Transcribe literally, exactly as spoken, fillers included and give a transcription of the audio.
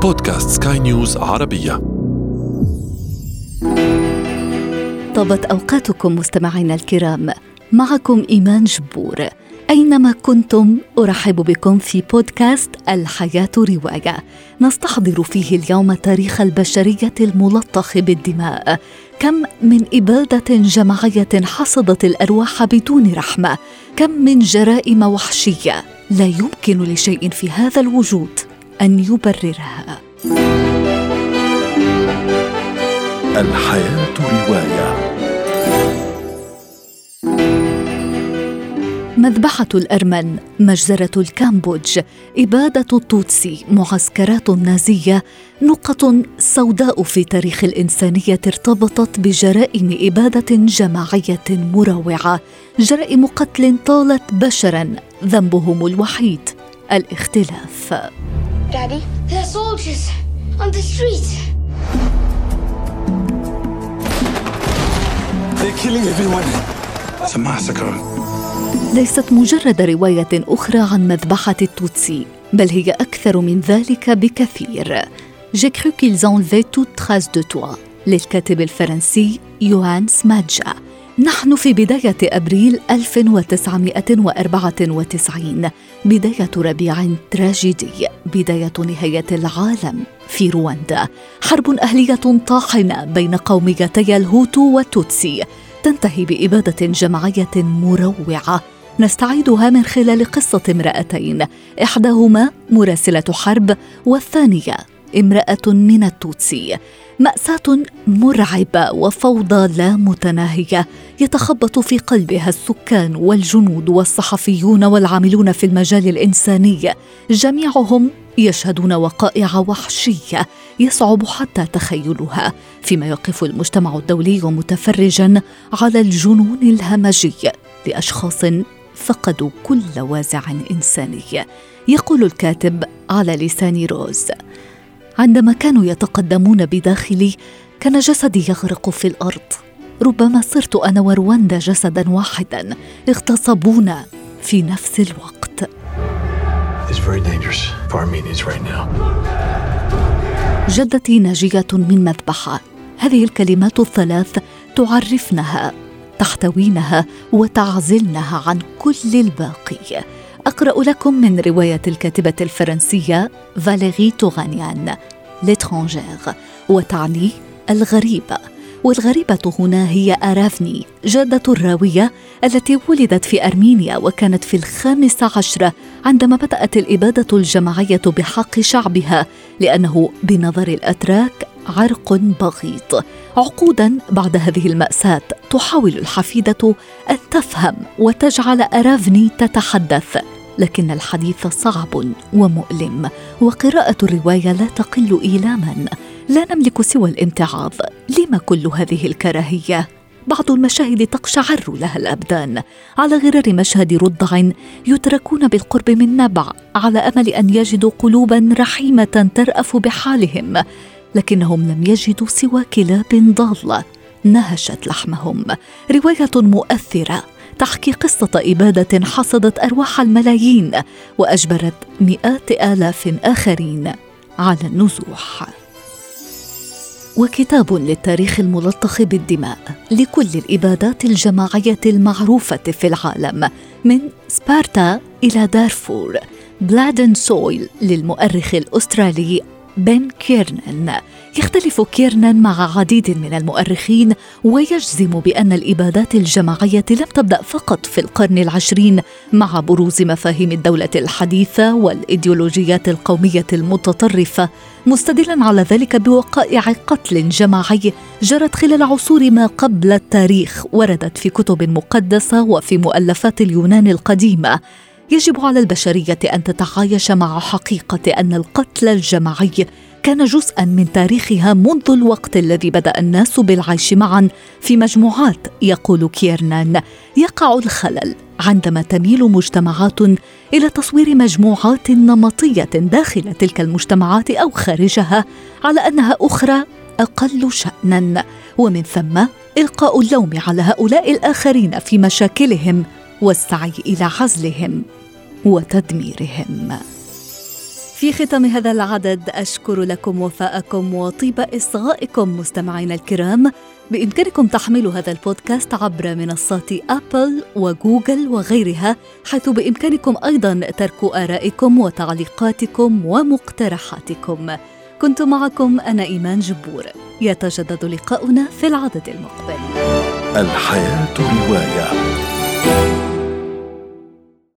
بودكاست سكاي نيوز عربية. طابت أوقاتكم مستمعينا الكرام، معكم إيمان جبور. أينما كنتم أرحب بكم في بودكاست الحياة رواية، نستحضر فيه اليوم تاريخ البشرية الملطخ بالدماء. كم من إبادة جماعية حصدت الأرواح بدون رحمة، كم من جرائم وحشية لا يمكن لشيء في هذا الوجود أن يبررها. الحياة رواية. مذبحة الأرمن، مجزرة الكامبودج، إبادة التوتسي، معسكرات نازية، نقط سوداء في تاريخ الإنسانية ارتبطت بجرائم إبادة جماعية مروعة، جرائم قتل طالت بشراً ذنبهم الوحيد الاختلاف. Daddy, there are soldiers on the street. They're killing everyone. It's a massacre. ليست مجرد رواية أخرى عن مذبحة التوتسي، بل هي أكثر من ذلك بكثير. J'ai cru qu'ils enlevaient toute trace de toi للكاتب الفرنسي يوهان سمادجا. نحن في بداية أبريل ألف وتسعمائة وأربعة وتسعين، بداية ربيع تراجيدي، بداية نهاية العالم في رواندا. حرب أهلية طاحنة بين قوميتي الهوتو والتوتسي تنتهي بإبادة جماعية مروعة نستعيدها من خلال قصة امرأتين، إحداهما مراسلة حرب والثانية امرأة من التوتسي. مأساة مرعبة وفوضى لا متناهية يتخبط في قلبها السكان والجنود والصحفيون والعاملون في المجال الإنساني، جميعهم يشهدون وقائع وحشية يصعب حتى تخيلها، فيما يقف المجتمع الدولي متفرجاً على الجنون الهمجي لأشخاص فقدوا كل وازع إنساني. يقول الكاتب على لسان روز: عندما كانوا يتقدمون بداخلي كان جسدي يغرق في الأرض. ربما صرت أنا ورواندا جسداً واحداً اغتصبونا في نفس الوقت. It's very dangerous for Armenians right now. جدتي ناجية من مذبحة. هذه الكلمات الثلاث تعرفنها، تحتوينها وتعزلنها عن كل الباقي. أقرأ لكم من رواية الكاتبة الفرنسية فاليري توغانيان ليترانجير، وتعني الغريبة. والغريبة هنا هي أرافني، جادة الراوية التي ولدت في أرمينيا وكانت في الخامس عشر عندما بدأت الإبادة الجماعية بحق شعبها، لأنه بنظر الأتراك عرق بغيض. عقوداً بعد هذه المأساة تحاول الحفيدة أن تفهم وتجعل أرافني تتحدث، لكن الحديث صعب ومؤلم، وقراءة الرواية لا تقل إيلاما. لا نملك سوى الامتعاض. لما كل هذه الكراهية؟ بعض المشاهد تقشعر لها الأبدان، على غرار مشهد رضع يتركون بالقرب من نبع على أمل أن يجدوا قلوبا رحيمة ترأف بحالهم، لكنهم لم يجدوا سوى كلاب ضالة نهشت لحمهم. رواية مؤثرة تحكي قصة إبادة حصدت أرواح الملايين وأجبرت مئات آلاف آخرين على النزوح. وكتاب للتاريخ الملطخ بالدماء لكل الإبادات الجماعية المعروفة في العالم، من سبارتا إلى دارفور. بلاد اند سويل للمؤرخ الأسترالي بن كيرنان. يختلف كيرنان مع عديد من المؤرخين ويجزم بأن الإبادات الجماعية لم تبدأ فقط في القرن العشرين مع بروز مفاهيم الدولة الحديثة والإيديولوجيات القومية المتطرفة، مستدلاً على ذلك بوقائع قتل جماعي جرت خلال عصور ما قبل التاريخ، وردت في كتب مقدسة وفي مؤلفات اليونان القديمة. يجب على البشرية أن تتعايش مع حقيقة أن القتل الجماعي كان جزءاً من تاريخها منذ الوقت الذي بدأ الناس بالعيش معاً في مجموعات. يقول كيرنان: يقع الخلل عندما تميل مجتمعات إلى تصوير مجموعات نمطية داخل تلك المجتمعات أو خارجها على أنها أخرى أقل شأناً، ومن ثم إلقاء اللوم على هؤلاء الآخرين في مشاكلهم والسعي إلى عزلهم وتدميرهم. في ختام هذا العدد أشكر لكم وفاءكم وطيب إصغائكم مستمعينا الكرام. بإمكانكم تحميل هذا البودكاست عبر منصات أبل وجوجل وغيرها، حيث بإمكانكم أيضا ترك آرائكم وتعليقاتكم ومقترحاتكم. كنت معكم أنا إيمان جبور. يتجدد لقاؤنا في العدد المقبل. الحياة رواية.